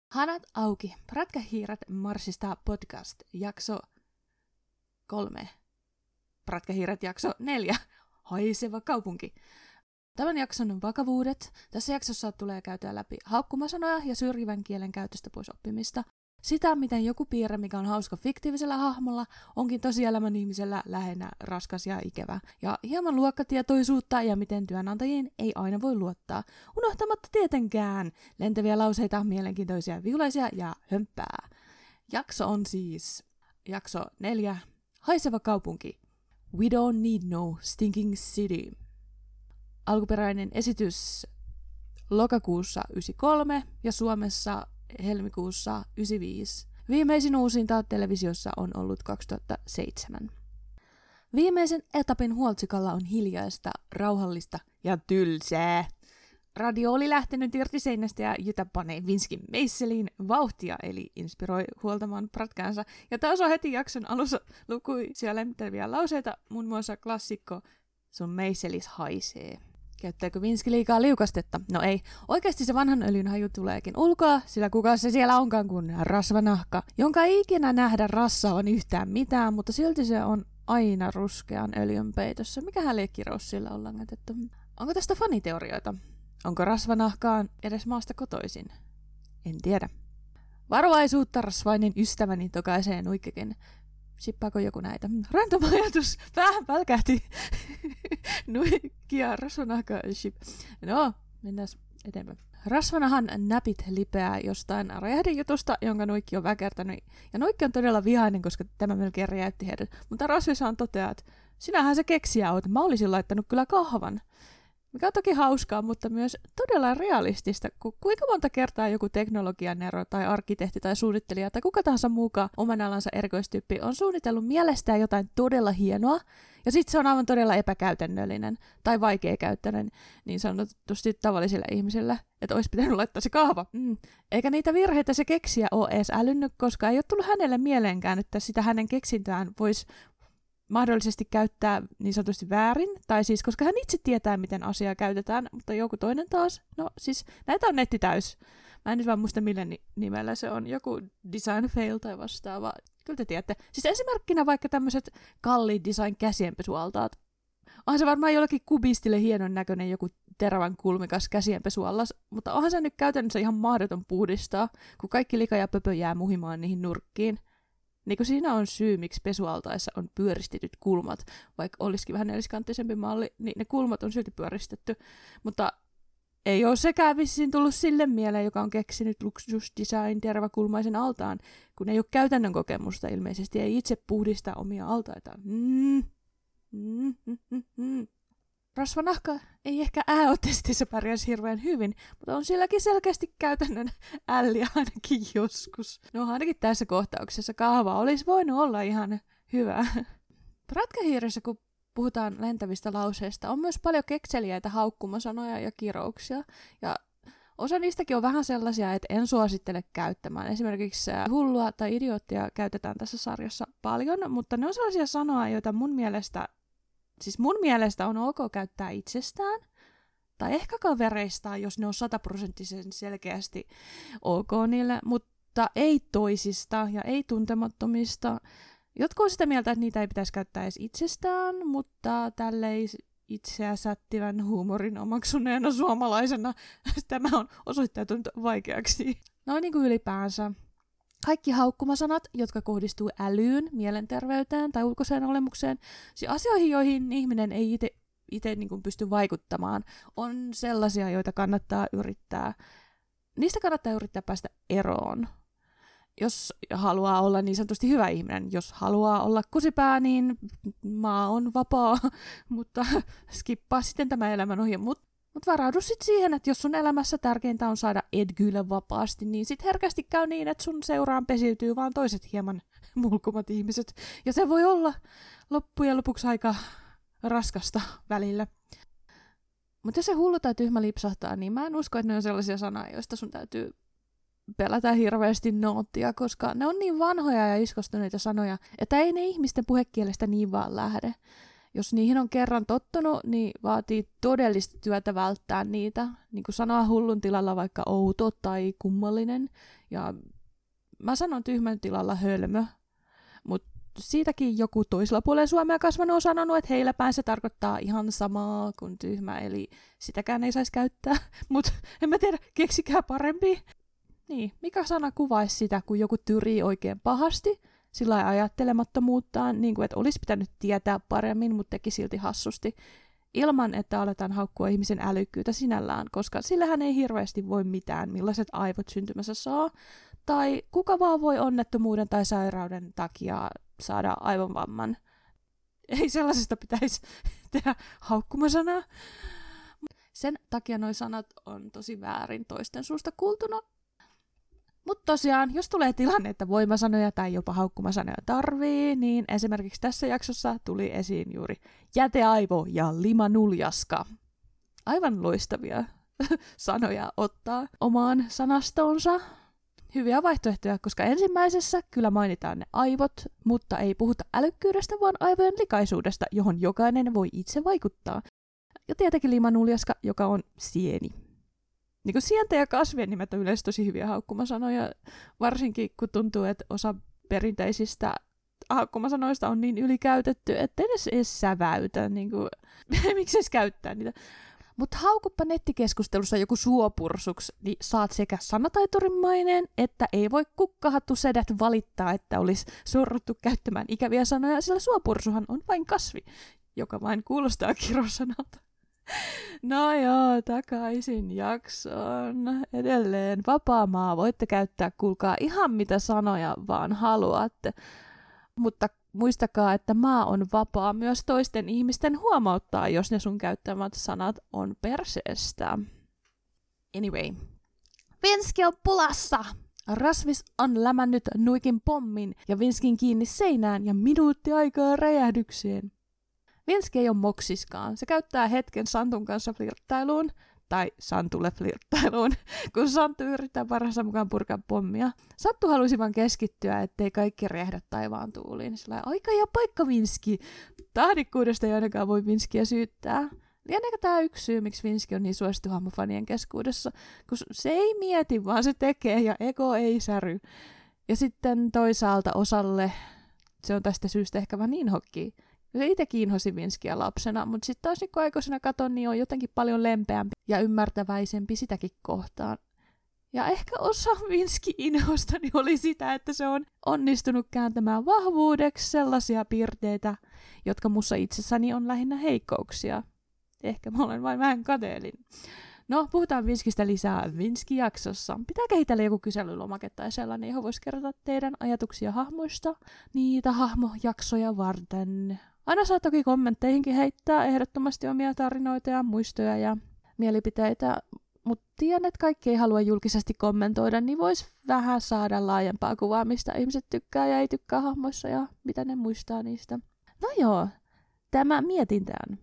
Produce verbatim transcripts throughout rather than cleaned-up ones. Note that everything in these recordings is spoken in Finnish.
Hanat auki. Prätkähiiret marssista podcast. Jakso kolme. Prätkähiiret jakso neljä. Haiseva kaupunki. Tämän jakson vakavuudet. Tässä jaksossa tulee käytyä läpi haukkumasanoja ja syrjivän kielen käytöstä pois oppimista. Sitä, miten joku piirre, mikä on hauska fiktiivisellä hahmolla, onkin tosielämän ihmisellä lähinnä raskas ja ikävä. Ja hieman luokkatietoisuutta ja miten työnantajiin ei aina voi luottaa. Unohtamatta tietenkään lentäviä lauseita, mielenkiintoisia viulaisia ja hömppää. Jakso on siis jakso neljä. Haiseva kaupunki. We don't need no stinking city. Alkuperäinen esitys lokakuussa yhdeksänkymmentäkolme ja Suomessa helmikuussa yhdeksänkymmentäviisi. Viimeisin uusinta televisiossa on ollut kaksituhattaseitsemän. Viimeisen etapin Huoltsikalla on hiljaista, rauhallista ja tylsää. Radio oli lähtenyt irti seinästä ja Jytä panee Vinskin meisseliin vauhtia, eli inspiroi huoltamaan pratkaansa. Ja taas on heti jakson alussa lukuisia lemmittäviä lauseita, muun muassa klassikko "sun meisselis haisee". Käyttääkö Vinski liikaa liukastetta? No ei. Oikeasti se vanhan öljyn haju tuleekin ulkoa, sillä kuka se siellä onkaan kuin rasvanahka, jonka ei ikinä nähdä rassaavan yhtään mitään, mutta silti se on aina ruskean öljyn peitossa. Mikähän leikkirous sillä on langetettu? Onko tästä faniteorioita? Onko rasvanahkaan edes maasta kotoisin? En tiedä. Varovaisuutta, rasvainen ystäväni, tokaisee Nuikkekin. Sippaako joku näitä? Random ajatus. Päähän pälkähti. Nuikkia, rasvanahka, ship. No, mennään eteenpäin. Rasvanahan näpit lipeää jostain räjähdejutusta, jonka Nuikki on väkertänyt. Ja Nuikki on todella vihainen, koska tämä melkein räjäytti heidät. Mutta Rasvisaan toteaa, että sinähän se keksijä oot. Mä olisin laittanut kyllä kahvan. Mikä on toki hauskaa, mutta myös todella realistista, kun kuinka monta kertaa joku teknologian ero tai arkkitehti tai suunnittelija tai kuka tahansa muukaan oman alansa erikoistyyppi on suunnitellut mielestään jotain todella hienoa, ja sitten se on aivan todella epäkäytännöllinen tai vaikeakäyttöinen niin sanotusti tavallisille ihmisille, että olisi pitänyt laittaa se kahva. Mm. Eikä niitä virheitä se keksijä ole edes älynnyt, koska ei ole tullut hänelle mieleenkään, että sitä hänen keksintään voisi mahdollisesti käyttää niin sanotusti väärin, tai siis koska hän itse tietää, miten asiaa käytetään, mutta joku toinen taas, no siis näitä on netti täys. Mä en nyt vaan muista millä ni- nimellä se on, joku design fail tai vastaava. Kyllä te tiedätte. Siis esimerkkinä vaikka tämmöiset kalliit design käsienpesualtaat. Onhan se varmaan jollakin kubistille hienon näköinen joku terävän kulmikas käsienpesuallas, mutta onhan se nyt käytännössä ihan mahdoton puhdistaa, kun kaikki lika ja pöpö jää muhimaan niihin nurkkiin. Niin kuin siinä on syy, miksi pesualtaissa on pyöristetyt kulmat, vaikka olisikin vähän neliskanttisempi malli, niin ne kulmat on silti pyöristetty. Mutta ei ole sekään vissiin tullut sille mieleen, joka on keksinyt luksusdesign tervakulmaisen altaan, kun ei ole käytännön kokemusta ilmeisesti, ei itse puhdista omia altaitaan. Mm. Mm, mm, mm, mm. Rasvanahka ei ehkä ääotestissä pärjäisi hirveän hyvin, mutta on silläkin selkeästi käytännön älliä ainakin joskus. No ainakin tässä kohtauksessa kahva olisi voinut olla ihan hyvä. Prätkähiirissä, kun puhutaan lentävistä lauseista, on myös paljon kekseliäitä haukkumasanoja ja kirouksia. Ja osa niistäkin on vähän sellaisia, että en suosittele käyttämään. Esimerkiksi hullua tai idioottia käytetään tässä sarjassa paljon, mutta ne on sellaisia sanoja, joita mun mielestä Siis mun mielestä on ok käyttää itsestään, tai ehkä kavereistaan, jos ne on sataprosenttisen selkeästi ok niille, mutta ei toisista ja ei tuntemattomista. Jotkut on sitä mieltä, että niitä ei pitäisi käyttää edes itsestään, mutta tälleen itseä sättivän huumorin omaksuneena suomalaisena tämä on osoittautunut vaikeaksi. No niin kuin ylipäänsä. Kaikki haukkumasanat, jotka kohdistuu älyyn, mielenterveyteen tai ulkoiseen olemukseen, siis asioihin, joihin ihminen ei itse itse niin kuin pysty vaikuttamaan, on sellaisia, joita kannattaa yrittää. Niistä kannattaa yrittää päästä eroon. Jos haluaa olla niin sanotusti hyvä ihminen, jos haluaa olla kusipää, niin maa on vapaa, mutta skippaa sitten tämä elämän ohi. Mut Mutta varaudu sitten siihen, että jos sun elämässä tärkeintä on saada edgyllä vapaasti, niin sit herkästi käy niin, että sun seuraan pesiytyy vaan toiset hieman mulkumat ihmiset. Ja se voi olla loppujen lopuksi aika raskasta välillä. Mutta jos se hullu tai tyhmä lipsahtaa, niin mä en usko, että ne on sellaisia sanoja, joista sun täytyy pelätä hirveästi noottia, koska ne on niin vanhoja ja iskostuneita sanoja, että ei ne ihmisten puhekielestä niin vaan lähde. Jos niihin on kerran tottunut, niin vaatii todellista työtä välttää niitä. Niin kuin sanoa hullun tilalla vaikka outo tai kummallinen. Ja mä sanon tyhmän tilalla hölmö. Mutta siitäkin joku toisella puolella Suomea kasvanut on sanonut, että heillä päin se tarkoittaa ihan samaa kuin tyhmä. Eli sitäkään ei saisi käyttää. Mutta en mä tiedä, keksikää parempi. Niin, mikä sana kuvaisi sitä, kun joku tyrii oikein pahasti? Sillä ei ajattelemattomuuttaan, niin kuin että olisi pitänyt tietää paremmin, mutta teki silti hassusti, ilman että aletaan haukkua ihmisen älykkyyttä sinällään, koska sillähän ei hirveästi voi mitään, millaiset aivot syntymässä saa, tai kuka vaan voi onnettomuuden tai sairauden takia saada aivonvamman. Ei sellaisesta pitäisi tehdä haukkumasanaa. Sen takia nuo sanat on tosi väärin toisten suusta kuultuna. Mutta tosiaan, jos tulee tilanne, että voimasanoja tai jopa haukkumasanoja tarvii, niin esimerkiksi tässä jaksossa tuli esiin juuri jäteaivo ja limanuljaska. Aivan loistavia sanoja ottaa omaan sanastonsa. Hyviä vaihtoehtoja, koska ensimmäisessä kyllä mainitaan ne aivot, mutta ei puhuta älykkyydestä, vaan aivojen likaisuudesta, johon jokainen voi itse vaikuttaa. Ja tietenkin limanuljaska, joka on sieni. Niin kuin sienten ja kasvien nimet on yleensä tosi hyviä haukkumasanoja, varsinkin kun tuntuu, että osa perinteisistä haukkumasanoista on niin ylikäytetty, että edes edes säväytä, niin kuin, miksi edes käyttää niitä. Mutta haukuppa nettikeskustelussa joku suopursuksi, niin saat sekä sanataiturin maineen, että ei voi kukkahattu sedät valittaa, että olisi sorruttu käyttämään ikäviä sanoja, sillä suopursuhan on vain kasvi, joka vain kuulostaa kirosanalta. No joo, takaisin jaksoon. Edelleen vapaamaa. Voitte käyttää, kuulkaa, ihan mitä sanoja vaan haluatte. Mutta muistakaa, että maa on vapaa myös toisten ihmisten huomauttaa, jos ne sun käyttämät sanat on perseestä. Anyway. Vinski on pulassa! Rasvis on lämännyt Nuikin pommin ja Vinskin kiinni seinään ja minuutti aikaa räjähdykseen. Vinski ei ole moksiskaan. Se käyttää hetken Santun kanssa flirttailuun, tai Santulle flirttailuun, kun Santtu yrittää parhaansa mukaan purkaa pommia. Santtu halusi vaan keskittyä, ettei kaikki räjähdä taivaan tuuliin. Sillä aika ja paikka Vinski. Tahdikkuudesta ei ainakaan voi Vinskiä syyttää. Lieneekö tämä yksi syy, miksi Vinski on niin suosittu hahmofanien keskuudessa? Kun se ei mieti, vaan se tekee ja ego ei säry. Ja sitten toisaalta osalle se on tästä syystä ehkä vaan niin hokki. Se itse kiinhosi Vinskiä lapsena, mutta sitten taas niin kun aikuisena katon, niin on jotenkin paljon lempeämpi ja ymmärtäväisempi sitäkin kohtaan. Ja ehkä osa Vinski-inhosta oli sitä, että se on onnistunut kääntämään vahvuudeksi sellaisia piirteitä, jotka mussa itsessäni on lähinnä heikkouksia. Ehkä mä olen vain vähän kateellinen. No, puhutaan Vinskistä lisää Vinski-jaksossa. Pitää kehitellä joku kyselylomake tai sellainen, johon voisi kertoa teidän ajatuksia hahmoista niitä hahmojaksoja varten. Aina saa toki kommentteihinkin heittää ehdottomasti omia tarinoita ja muistoja ja mielipiteitä, mutta tiedän, että kaikki ei halua julkisesti kommentoida, niin voisi vähän saada laajempaa kuvaa, mistä ihmiset tykkää ja ei tykkää hahmoissa ja mitä ne muistaa niistä. No joo, tämä mietintään.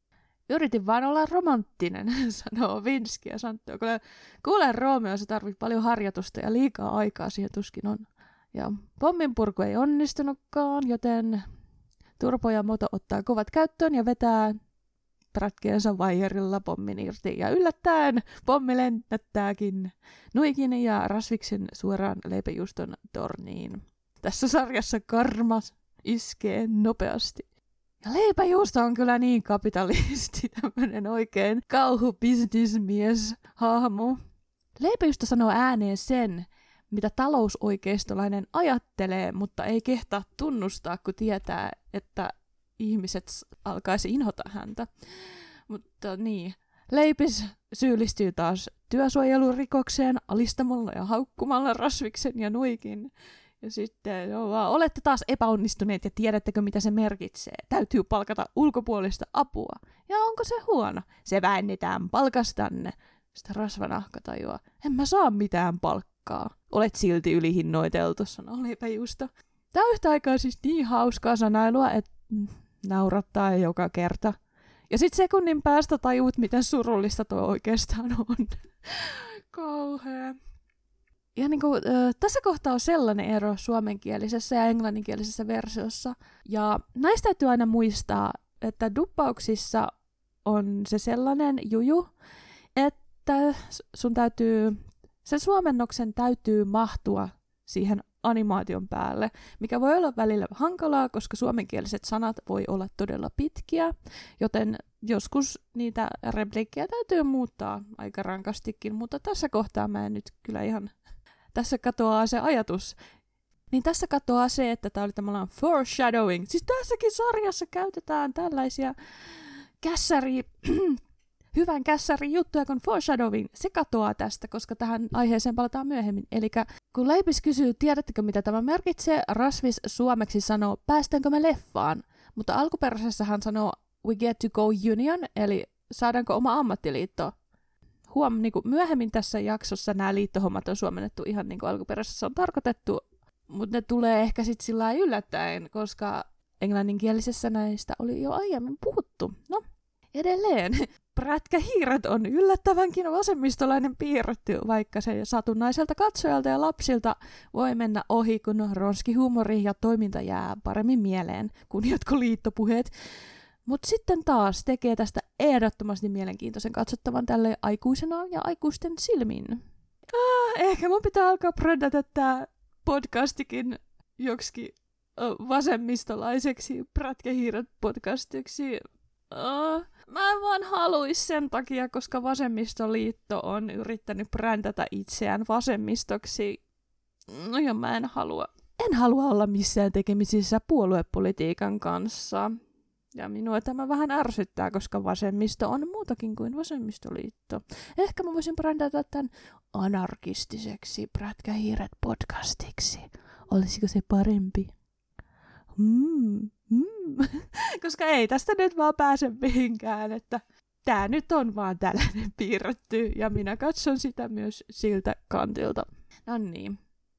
Yritin vaan olla romanttinen, sanoo Vinski ja Santtu. Kuule, kuule Romeo, se tarvitsee paljon harjoitusta ja liikaa aikaa siihen tuskin on. Ja pomminpurku ei onnistunutkaan, joten Turpo ja Moto ottaa kovat käyttöön ja vetää prätkeensa vaijerilla pommin irti. Ja yllättäen pommi lennättääkin Nuikin ja Rasviksen suoraan leipäjuuston torniin. Tässä sarjassa karma iskee nopeasti. Ja leipäjuusto on kyllä niin kapitalisti, tämmönen oikein kauhu-bisnismies hahmo. Leipäjuusto sanoo ääneen sen, mitä talousoikeistolainen ajattelee, mutta ei kehtaa tunnustaa, kun tietää, että ihmiset alkaisi inhota häntä. Mutta niin, Leipis syyllistyy taas työsuojelurikokseen alistamalla ja haukkumalla Rasviksen ja Nuikin. Ja sitten, joo, vaan, olette taas epäonnistuneet ja tiedättekö mitä se merkitsee. Täytyy palkata ulkopuolista apua. Ja onko se huono? Se vähennetään palkastanne. Sitten rasvanahka tajuaa, en mä saa mitään palkkaa. Olet silti ylihinnoiteltu, sanoo leipäjuusto. Tää on yhtä aikaa siis niin hauskaa sanailua, että naurattaa joka kerta. Ja sit sekunnin päästä tajuut, miten surullista tuo oikeastaan on. Kauhea. Ja niin kuin, äh, tässä kohtaa on sellainen ero suomenkielisessä ja englanninkielisessä versiossa. Ja näistä täytyy aina muistaa, että duppauksissa on se sellainen juju, että sun täytyy, sen suomennoksen täytyy mahtua siihen animaation päälle, mikä voi olla välillä hankalaa, koska suomenkieliset sanat voi olla todella pitkiä, joten joskus niitä repliikkejä täytyy muuttaa aika rankastikin, mutta tässä kohtaa mä en nyt kyllä ihan, tässä katoaa se ajatus. Niin tässä katoaa se, että tää oli tämmöinen foreshadowing. Siis tässäkin sarjassa käytetään tällaisia kässäri, hyvän kässärin juttuja kuin foreshadowing. Se katoaa tästä, koska tähän aiheeseen palataan myöhemmin. Eli kun Leipis kysyy, tiedättekö mitä tämä merkitsee, Rasvis suomeksi sanoo, päästäänkö me leffaan? Mutta alkuperäisessä hän sanoo, we get to go union, eli saadaanko oma ammattiliitto? Huom, niin kuin myöhemmin tässä jaksossa nämä liittohommat on suomennettu ihan niin kuin alkuperäisessä on tarkoitettu, mutta ne tulee ehkä sitten sillä lailla yllättäen, koska englanninkielisessä näistä oli jo aiemmin puhuttu. No, edelleen. Prätkähiiret on yllättävänkin vasemmistolainen piirretty, vaikka se satunnaiselta katsojalta ja lapsilta voi mennä ohi, kun ronskihuumori ja toiminta jää paremmin mieleen kuin jotkut liittopuheet. Mutta sitten taas tekee tästä ehdottomasti mielenkiintoisen katsottavan tälle aikuisena ja aikuisten silmin. Ah, ehkä mun pitää alkaa brändätä tää podcastikin joksikin vasemmistolaiseksi prätkähiiret podcastiksi. Uh, mä en vaan haluis sen takia, koska vasemmistoliitto on yrittänyt brändätä itseään vasemmistoksi. No ja mä en halua. En halua olla missään tekemisissä puoluepolitiikan kanssa. Ja minua tämä vähän ärsyttää, koska vasemmisto on muutakin kuin vasemmistoliitto. Ehkä mä voisin brändätä tämän anarkistiseksi prätkähiiret podcastiksi. Olisiko se parempi? Hmm, hmm. Koska ei tästä nyt vaan pääse mihinkään, että tää nyt on vaan tällainen piirretty ja minä katson sitä myös siltä kantilta. No niin.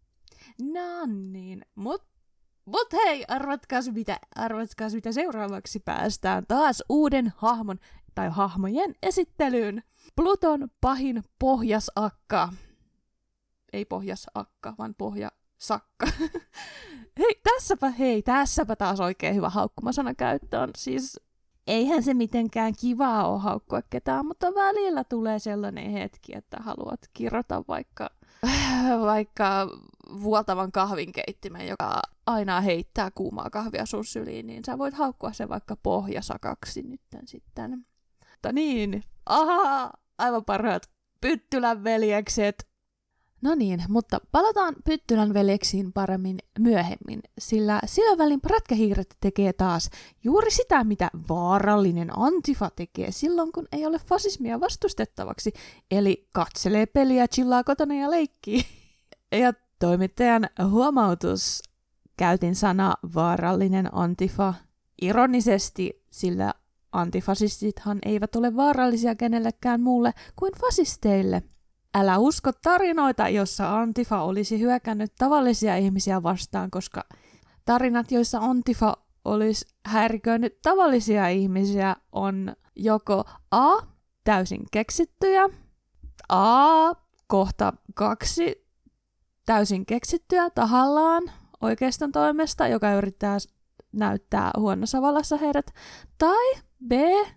No niin. Mut, mut hei, arvatkaas mitä, arvatkaas mitä seuraavaksi päästään taas uuden hahmon tai hahmojen esittelyyn. Pluton pahin pohjasakka. Ei pohjasakka, vaan pohjasakka. Hei, tässäpä, hei, tässäpä taas oikein hyvä haukkumasana käyttöön. Siis eihän se mitenkään kivaa ole haukkua ketään, mutta välillä tulee sellainen hetki, että haluat kirrota vaikka, vaikka vuotavan kahvinkeittimen, joka aina heittää kuumaa kahvia sun syliin, niin sä voit haukkua sen vaikka pohjasakaksi nytten sitten. Mutta niin, ahaa, aivan parhaat Pyttylän veljekset. No niin, mutta palataan Pyttylän veljeksiin paremmin myöhemmin, sillä sillä välin prätkähiiret tekee taas juuri sitä, mitä vaarallinen Antifa tekee silloin, kun ei ole fasismia vastustettavaksi, eli katselee peliä, chillaa kotona ja leikkii. Ja toimittajan huomautus, käytin sanaa vaarallinen Antifa ironisesti, sillä antifasistithan eivät ole vaarallisia kenellekään muulle kuin fasisteille. Älä usko tarinoita, jossa Antifa olisi hyökännyt tavallisia ihmisiä vastaan, koska tarinat, joissa Antifa olisi häiriköinyt tavallisia ihmisiä, on joko A. täysin keksittyjä, A. kohta kaksi täysin keksittyä tahallaan oikeiston toimesta, joka yrittää näyttää huonossa valossa heidät, tai B.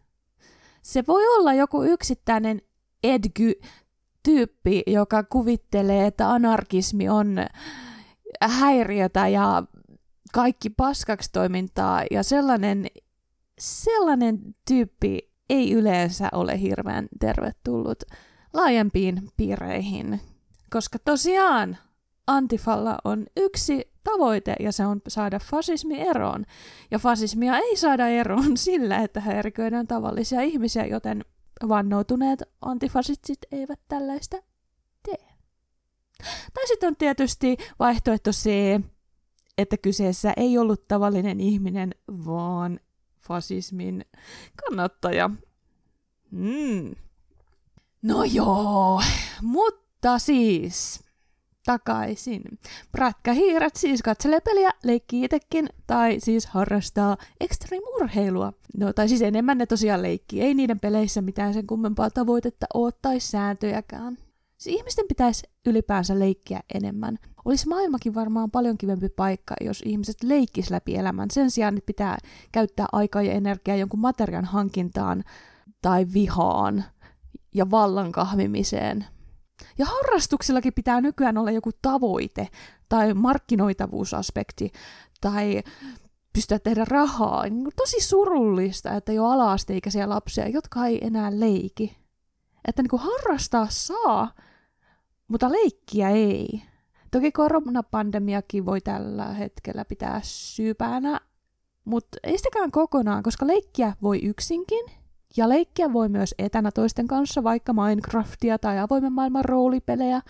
se voi olla joku yksittäinen edgy tyyppi, joka kuvittelee, että anarkismi on häiriötä ja kaikki paskaksi toimintaa, ja sellainen, sellainen tyyppi ei yleensä ole hirveän tervetullut laajempiin piireihin, koska tosiaan Antifalla on yksi tavoite, ja se on saada fasismi eroon, ja fasismia ei saada eroon sillä, että häiriköidään tavallisia ihmisiä, joten vannoutuneet antifasistit eivät tällaista tee. Tai sitten on tietysti vaihtoehto C, että kyseessä ei ollut tavallinen ihminen, vaan fasismin kannattaja. Mm. No joo, mutta siis takaisin. Prätkähiiret siis katselee peliä, leikkii itsekin, tai siis harrastaa extreme-urheilua. No, tai siis enemmän ne tosiaan leikkii. Ei niiden peleissä mitään sen kummempaa tavoitetta ole tai sääntöjäkään. Siis ihmisten pitäisi ylipäänsä leikkiä enemmän. Olisi maailmakin varmaan paljon kivempi paikka, jos ihmiset leikkis läpi elämän. Sen sijaan että pitää käyttää aikaa ja energiaa jonkun materiaan hankintaan tai vihaan ja vallan kahvimiseen. Ja harrastuksillakin pitää nykyään olla joku tavoite tai markkinoitavuusaspekti tai pystyä tehdä rahaa. Niin tosi surullista, että jo ala-asteikäisiä lapsia, jotka ei enää leiki. Että niin kuin harrastaa saa, mutta leikkiä ei. Toki koronapandemiakin voi tällä hetkellä pitää syypäänä, mutta ei sitäkään kokonaan, koska leikkiä voi yksinkin. Ja leikkiä voi myös etänä toisten kanssa, vaikka Minecraftia tai avoimen maailman roolipelejä.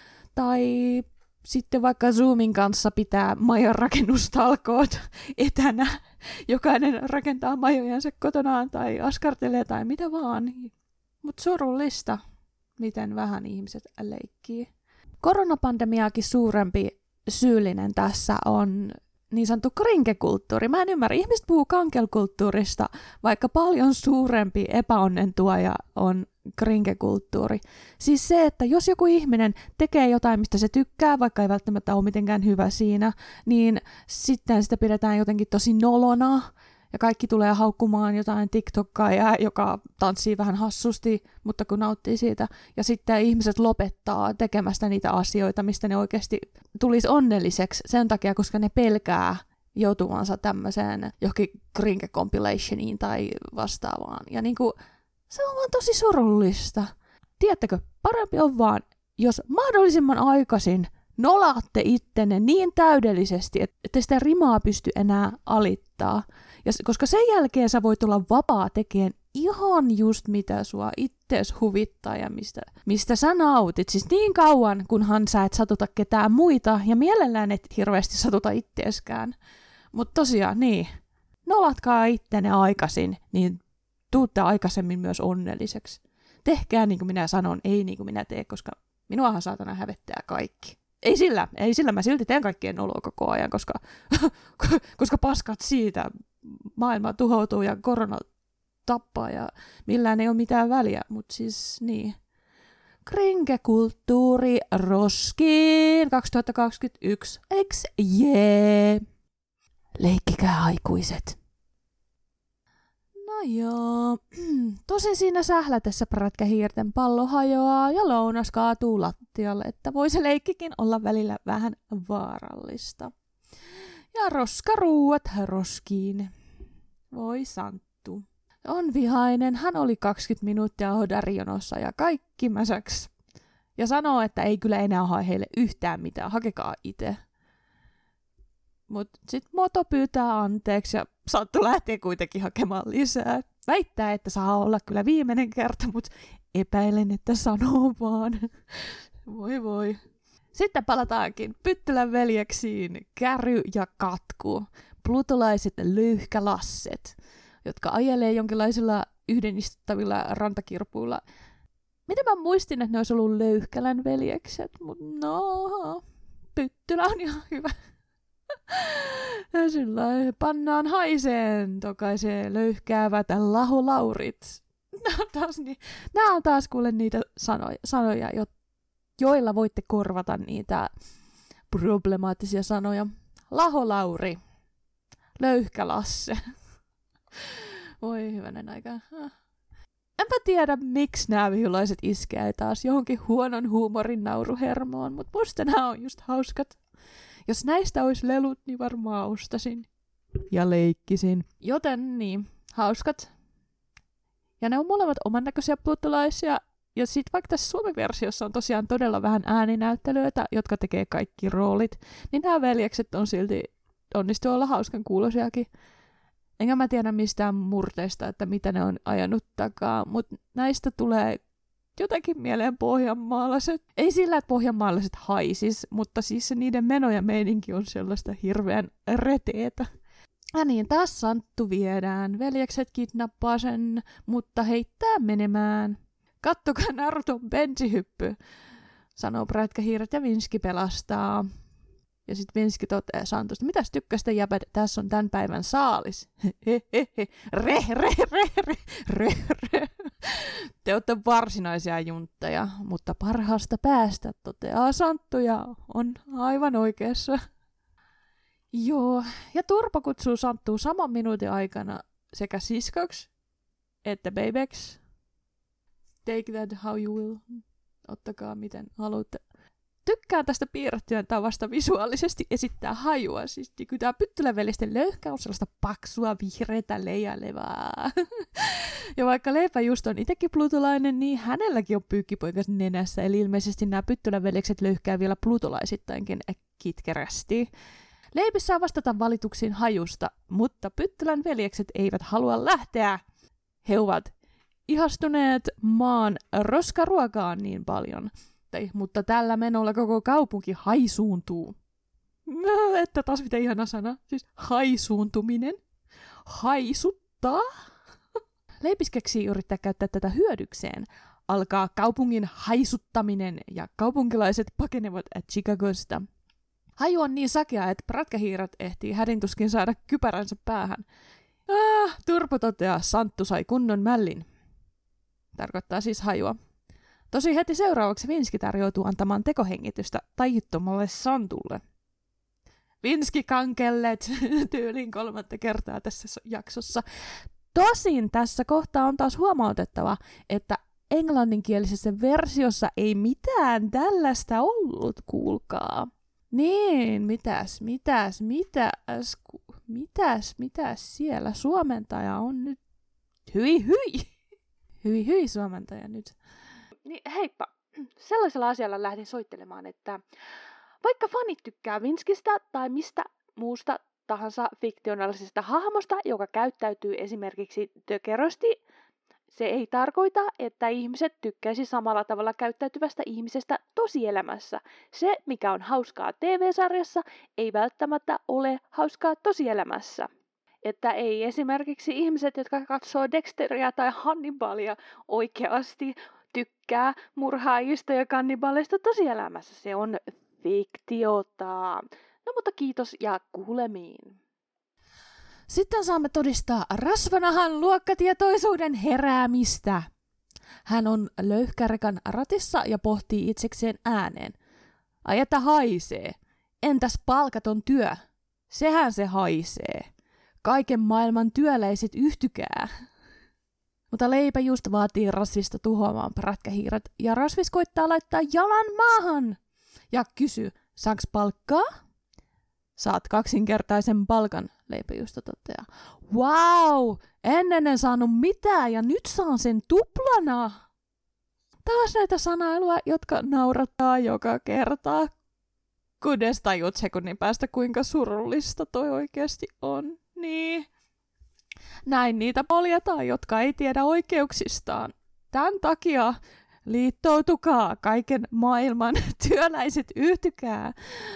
Tai sitten vaikka Zoomin kanssa pitää majan rakennustalkoot etänä. Jokainen rakentaa majojansa kotonaan tai askartelee tai mitä vaan. Mutta surullista, miten vähän ihmiset leikkii. Koronapandemiaakin suurempi syyllinen tässä on niin sanottu krinkekulttuuri. Mä en ymmärrä. Ihmiset puhuu kankelkulttuurista, vaikka paljon suurempi epäonnen tuoja on krinkekulttuuri. Siis se, että jos joku ihminen tekee jotain, mistä se tykkää, vaikka ei välttämättä ole mitenkään hyvä siinä, niin sitten sitä pidetään jotenkin tosi nolona. Ja kaikki tulee haukkumaan jotain TikTokkaajaa, joka tanssii vähän hassusti, mutta kun nauttii siitä. Ja sitten ihmiset lopettaa tekemästä niitä asioita, mistä ne oikeasti tulisi onnelliseksi sen takia, koska ne pelkää joutuvansa tämmöiseen johonkin krinke-compilationiin tai vastaavaan. Ja niinku, se on vaan tosi surullista. Tiedättekö, parempi on vaan, jos mahdollisimman aikaisin nolaatte ittenne niin täydellisesti, että sitä rimaa pysty enää alittaa. Ja koska sen jälkeen sä voit olla vapaa tekemään ihan just mitä sua ittees huvittaa ja mistä, mistä sä nautit. Siis niin kauan, kunhan sä et satuta ketään muita ja mielellään et hirveästi satuta itteeskään. Mutta tosiaan niin, nolatkaa ittenne aikaisin, niin tuutte aikaisemmin myös onnelliseksi. Tehkää niin kuin minä sanon, ei niin kuin minä teen, koska minuahan saatana hävettää kaikki. Ei sillä, ei sillä, mä silti teen kaikkien noloa koko ajan, koska, koska paskat siitä, maailma tuhoutuu ja korona tappaa ja millään ei ole mitään väliä, mutta siis niin. Krinkekulttuuri roskiin kaksituhattakaksikymmentäyksi, eks jee? Leikkikää aikuiset. No joo, tosin siinä sählätessä prätkähiirten pallo hajoaa ja lounas kaatuu lattialle, että voi se leikkikin olla välillä vähän vaarallista. Ja roskaruuat roskiin. Voi santtu. On vihainen, hän oli kaksikymmentä minuuttia hodarijonossa ja kaikki mäsäks. Ja sanoo, että ei kyllä enää hae heille yhtään mitään, hakekaa itse. Mut sit Moto pyytää anteeksi ja Santtu lähtee kuitenkin hakemaan lisää. Väittää, että saa olla kyllä viimeinen kerta, mut epäilen, että sanoo vaan. Voi voi. Sitten palataankin Pyttylän veljeksiin Käry ja Katku, plutolaiset löyhkälasset, jotka ajelee jonkinlaisilla yhdenistuttavilla rantakirpuilla. Miten mä muistin, että ne olisi ollut Löyhkälän veljekset, mutta no, Pyttylä on ihan hyvä. Ja sillä pannaan haiseen, tokaisee löyhkäävät laholaurit. Nämä on taas, niin, nämä on taas kuule niitä sanoja, sanoja, joilla voitte korvata niitä problemaattisia sanoja. Laholauri, löyhkälasse. Voi hyvänen aika. Enpä tiedä, miksi nämä vihulaiset iskee taas johonkin huonon huumorin nauruhermoon, mutta musta nämä on just hauskat. Jos näistä olisi lelut, niin varmaan ostasin. Ja leikkisin. Joten niin, hauskat. Ja ne on molemmat oman näköisiä plutolaisia. Ja sitten vaikka tässä Suomen versiossa on tosiaan todella vähän ääninäyttelyitä, jotka tekee kaikki roolit, niin nämä veljekset on silti onnistuu olla hauskan kuuloisiakin. Enkä mä tiedä mistään murteista, että mitä ne on ajanut takaa, mutta näistä tulee jotenkin mieleen pohjanmaalaiset. Ei sillä, että pohjanmaalaiset haisis, mutta siis se niiden meno ja meininki on sellaista hirveän reteetä. Ja niin, taas Santtu viedään. Veljekset kidnappaa sen, mutta heittää menemään. Kattokaa Naruton bensihyppy, sanoo prätkähiiret ja Vinski pelastaa. Ja sitten Vinski toteaa Santusta, mitäs tykkäsitte jäbät, tässä on tämän päivän saalis. Re, re, re, re, re, re. Te olette varsinaisia juntteja, mutta parhaasta päästä toteaa Santtu ja on aivan oikeassa. Joo, ja Turpo kutsuu Santtua saman minuutin aikana sekä siskoksi että babyksi. Take that how you will. Ottakaa miten haluatte. Tykkään tästä piirrettyjen tavasta visuaalisesti esittää hajua. Siis niin tämä pyttylävelisten löyhkä on sellaista paksua, vihreätä leijalevaa. Ja vaikka Leipäjuusto on itsekin plutolainen, niin hänelläkin on pyykkipoikas nenässä. Eli ilmeisesti nämä pyttyläveljekset löyhkää vielä plutolaisittainkin kitkerästi. Leipi saa vastata valituksiin hajusta, mutta Pyttylän veljekset eivät halua lähteä. He ovat ihastuneet maan roskaruokaan niin paljon, tai, mutta tällä menolla koko kaupunki haisuuntuu. Että taas miten ihana sana, siis haisuuntuminen. Haisuttaa. Leipis keksii yrittää käyttää tätä hyödykseen. Alkaa kaupungin haisuttaminen ja kaupunkilaiset pakenevat Chicagosta. Haju on niin sakea, että prätkähiirat ehtii hädintuskin saada kypäränsä päähän. Ah, Turpo toteaa, Santtu sai kunnon mällin. Tarkoittaa siis hajua. Tosi heti seuraavaksi Vinski tarjoutuu antamaan tekohengitystä tajuttomalle Santulle. Vinski kankellet tyyliin kolmatta kertaa tässä jaksossa. Tosin tässä kohtaa on taas huomautettava, että englanninkielisessä versiossa ei mitään tällaista ollut, kuulkaa. Niin, mitäs, mitäs, mitäs, mitäs, mitäs siellä suomentaja on nyt? Hyi, hyi! Hyi, hyi suomentaja nyt. Niin, heippa. Sellaisella asialla lähdin soittelemaan, että vaikka fanit tykkää Vinskistä tai mistä muusta tahansa fiktionaalisesta hahmosta, joka käyttäytyy esimerkiksi tökerösti, se ei tarkoita, että ihmiset tykkäisi samalla tavalla käyttäytyvästä ihmisestä tosielämässä. Se, mikä on hauskaa T V-sarjassa, ei välttämättä ole hauskaa tosielämässä. Että ei esimerkiksi ihmiset, jotka katsoo Dexteria tai Hannibalia, oikeasti tykkää murhaajista ja kannibaleista tosielämässä. Se on fiktiota. No mutta kiitos ja kuulemiin. Sitten saamme todistaa Rasvanahan luokkatietoisuuden heräämistä. Hän on löyhkärekan ratissa ja pohtii itsekseen ääneen. Ai että haisee. Entäs palkaton työ? Sehän se haisee. Kaiken maailman työläiset yhtykää. Mutta Leipä just vaatii Rasvista tuhoamaan prätkähiiret ja Rasvis koittaa laittaa jalan maahan. Ja kysyy, saaks palkkaa? Saat kaksinkertaisen palkan, Leipäjuusto toteaa. Wow, ennen en saanut mitään ja nyt saan sen tuplana. Taas näitä sanailua, jotka naurattaa joka kerta. Kunnes tajut sekunnin päästä, kuinka surullista toi oikeasti on. Niin. Näin niitä poljetaan, jotka ei tiedä oikeuksistaan. Tän takia liittoutukaa kaiken maailman työläiset yhtykää.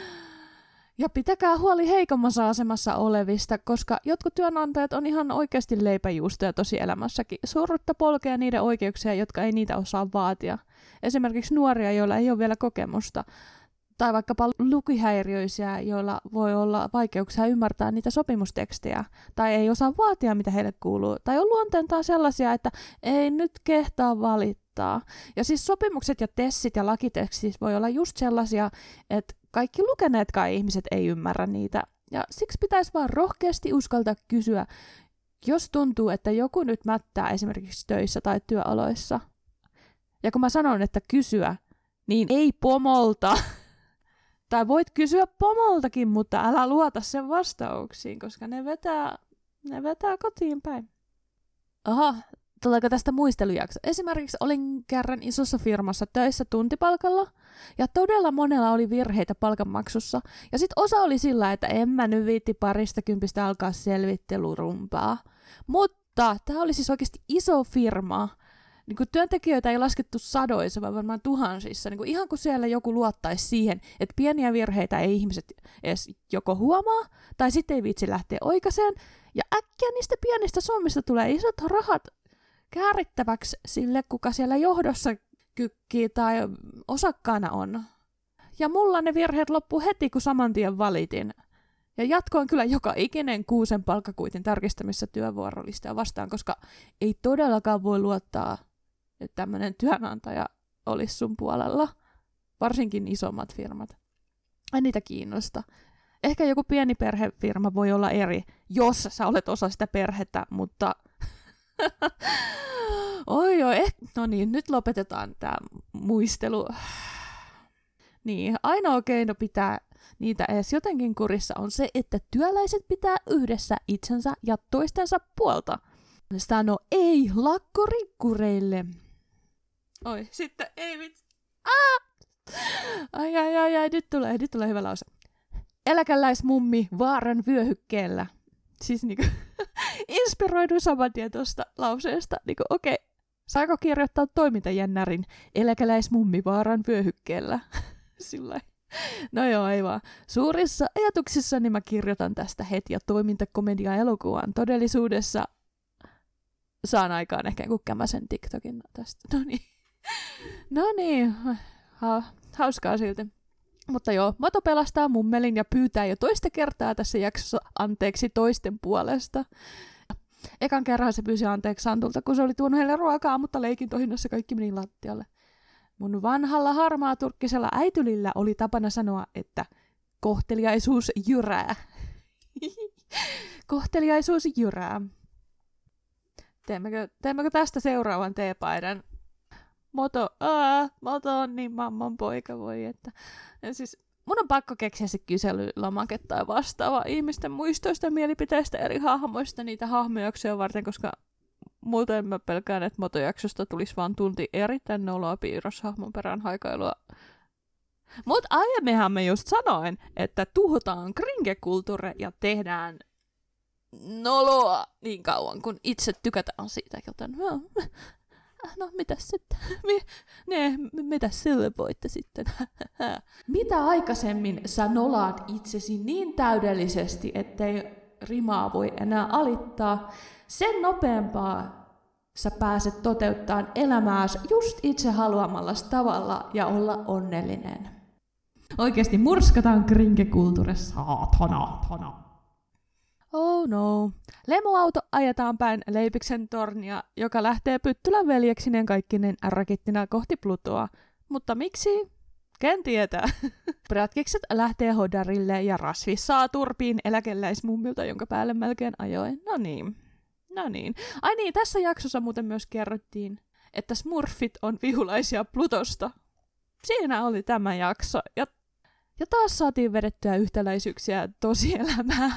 Ja pitäkää huoli heikommassa asemassa olevista, koska jotkut työnantajat on ihan oikeasti leipäjuustoja tosielämässäkin. Surrutta polkea niiden oikeuksia, jotka ei niitä osaa vaatia. Esimerkiksi nuoria, joilla ei ole vielä kokemusta. Tai vaikkapa lukihäiriöisiä, joilla voi olla vaikeuksia ymmärtää niitä sopimustekstejä. Tai ei osaa vaatia, mitä heille kuuluu. Tai on luonteeltaan sellaisia, että ei nyt kehtaa valittaa. Ja siis sopimukset ja tessit ja lakitekstit voi olla just sellaisia, että kaikki lukeneetkaan ihmiset ei ymmärrä niitä. Ja siksi pitäisi vaan rohkeasti uskaltaa kysyä, jos tuntuu, että joku nyt mättää esimerkiksi töissä tai työoloissa. Ja kun mä sanon, että kysyä, niin ei pomolta. Tai voit kysyä pomoltakin, mutta älä luota sen vastauksiin, koska ne vetää, ne vetää kotiin päin. Aha, tuleeko tästä muistelujakso? Esimerkiksi olin kerran isossa firmassa töissä tuntipalkalla, ja todella monella oli virheitä palkanmaksussa. Ja sit osa oli sillä, että en mä nyt viitti parista kympistä alkaa selvittelurumpaa. Mutta tää oli siis oikeasti iso firma. Niin kuin työntekijöitä ei laskettu sadoissa, vaan varmaan tuhansissa. Niin kuin ihan kuin siellä joku luottaisi siihen, että pieniä virheitä ei ihmiset edes joko huomaa, tai sitten ei viitsi lähteä oikaiseen. Ja äkkiä niistä pienistä summista tulee isot rahat käärittäväksi sille, kuka siellä johdossa kykkii tai osakkaana on. Ja mulla ne virheet loppu heti, kun saman tien valitin. Ja jatkoin kyllä joka ikinen kuusen palkkakuitin tarkistamissa työvuorolistaa vastaan, koska ei todellakaan voi luottaa, että tämmöinen työnantaja olisi sun puolella. Varsinkin isommat firmat. Ei niitä kiinnosta. Ehkä joku pieni perhefirma voi olla eri, jos sä olet osa sitä perhettä, mutta oi oi, eh... no niin, nyt lopetetaan tää muistelu. Niin, ainoa keino pitää niitä edes jotenkin kurissa on se, että työläiset pitää yhdessä itsensä ja toistensa puolta. Sano ei lakkorikkureille. Oi, sitten ei vitsi. Ah! Ai ai ai ai, nyt tulee, nyt tulee hyvä lause. Eläkeläismummi vaaran vyöhykkeellä. Siis niinku, inspiroiduin saman tien tuosta lauseesta. Niinku, okei, okay. Saako kirjoittaa toimintajännärin eläkeläismummi vaaran vyöhykkeellä? Sillä no joo, ei vaan. Suurissa ajatuksissani mä kirjoitan tästä heti ja toimintakomedia-elokuvan. Todellisuudessa saan aikaan ehkä joku kämäsen TikTokin tästä. No niin. No niin. Ha, hauskaa silti. Mutta joo, Mato pelastaa mummelin ja pyytää jo toista kertaa tässä jaksossa anteeksi toisten puolesta. Ekan kerran se pyysi anteeksi Santulta, kun se oli tuonut heille ruokaa, mutta leikin tohinnassa kaikki meni lattialle. Mun vanhalla harmaaturkkisella äitylillä oli tapana sanoa, että kohteliaisuus jyrää. Kohteliaisuus jyrää. Teemmekö, teemmekö tästä seuraavan teepaidan? Moto, aa, Moto on niin mamman poika, voi että. Ja siis mun on pakko keksiä se kyselylomake tai vastaava ihmisten muistoista ja mielipiteistä eri hahmoista niitä hahmojaksoja varten, koska muuten mä pelkään, että Motojaksosta tulisi vaan tunti erittäin noloa piirroshahmon perään haikailua. Mut aiemminhan me just sanoin, että tuhotaan kringekulttuuri ja tehdään noloa niin kauan, kun itse tykätään siitä, joten no, no mitäs sitten? Ne, mitäs sille voitte sitten? Mitä aikaisemmin sä nolaat itsesi niin täydellisesti, ettei rimaa voi enää alittaa, sen nopeampaa sä pääset toteuttamaan elämääsi just itse haluamallasi tavalla ja olla onnellinen. Oikeesti murskataan kringekulttuurissa. Saatana, tana. Oh no. Lemuauto ajetaan päin Leipiksen tornia, joka lähtee Pyttylän veljeksineen kaikkinen rakettina kohti Plutoa. Mutta miksi? Ken tietää. Pratkikset lähtee hodarille ja Rasvi saa turpiin eläkeläismummilta, jonka päälle melkein ajoin. No niin. No niin. Ai niin, tässä jaksossa muuten myös kerrottiin, että smurfit on vihulaisia Plutosta. Siinä oli tämä jakso. Ja, ja taas saatiin vedettyä yhtäläisyyksiä tosielämään.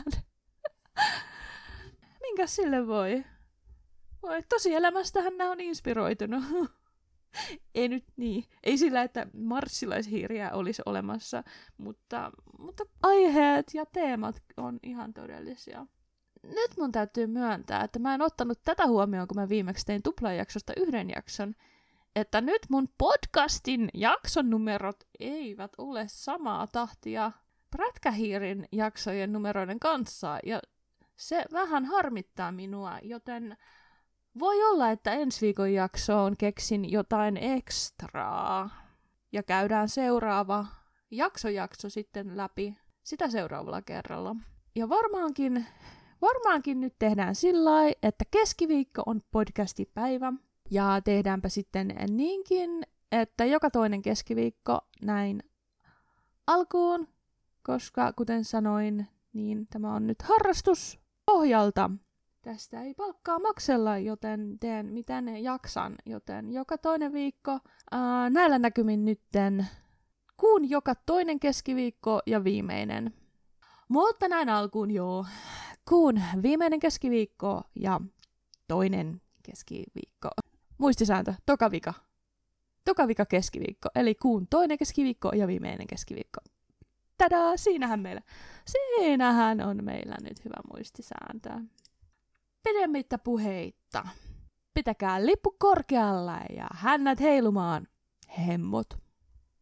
Minkäs sille voi? Voi, tosielämästähän nämä on inspiroitunut. Ei nyt niin. Ei sillä, että marssilaishiiriä olisi olemassa, mutta, mutta aiheet ja teemat on ihan todellisia. Nyt mun täytyy myöntää, että mä en ottanut tätä huomioon, kun mä viimeksi tein tuplajaksosta yhden jakson, että nyt mun podcastin jakson numerot eivät ole samaa tahtia Prätkähiirin jaksojen numeroiden kanssa, ja se vähän harmittaa minua, joten voi olla, että ensi viikon jaksoon keksin jotain ekstraa, ja käydään seuraava jaksojakso sitten läpi sitä seuraavalla kerralla. Ja varmaankin, varmaankin nyt tehdään sillä lailla, että keskiviikko on podcastipäivä, ja tehdäänpä sitten niinkin, että joka toinen keskiviikko näin alkuun, koska kuten sanoin, niin tämä on nyt harrastus pohjalta. Tästä ei palkkaa maksella, joten teen miten jaksan, joten joka toinen viikko ää, näillä näkymin nytten kuun joka toinen keskiviikko ja viimeinen. Mutta näin alkuun joo, kuun viimeinen keskiviikko ja toinen keskiviikko. Muistisääntö, toka vika. Toka vika keskiviikko, eli kuun toinen keskiviikko ja viimeinen keskiviikko. Tadaa, siinähän meillä, siinähän on meillä nyt hyvä muistisääntö. Pidemmittä puheitta. Pitäkää lippu korkealla ja hännät heilumaan. Hemmot.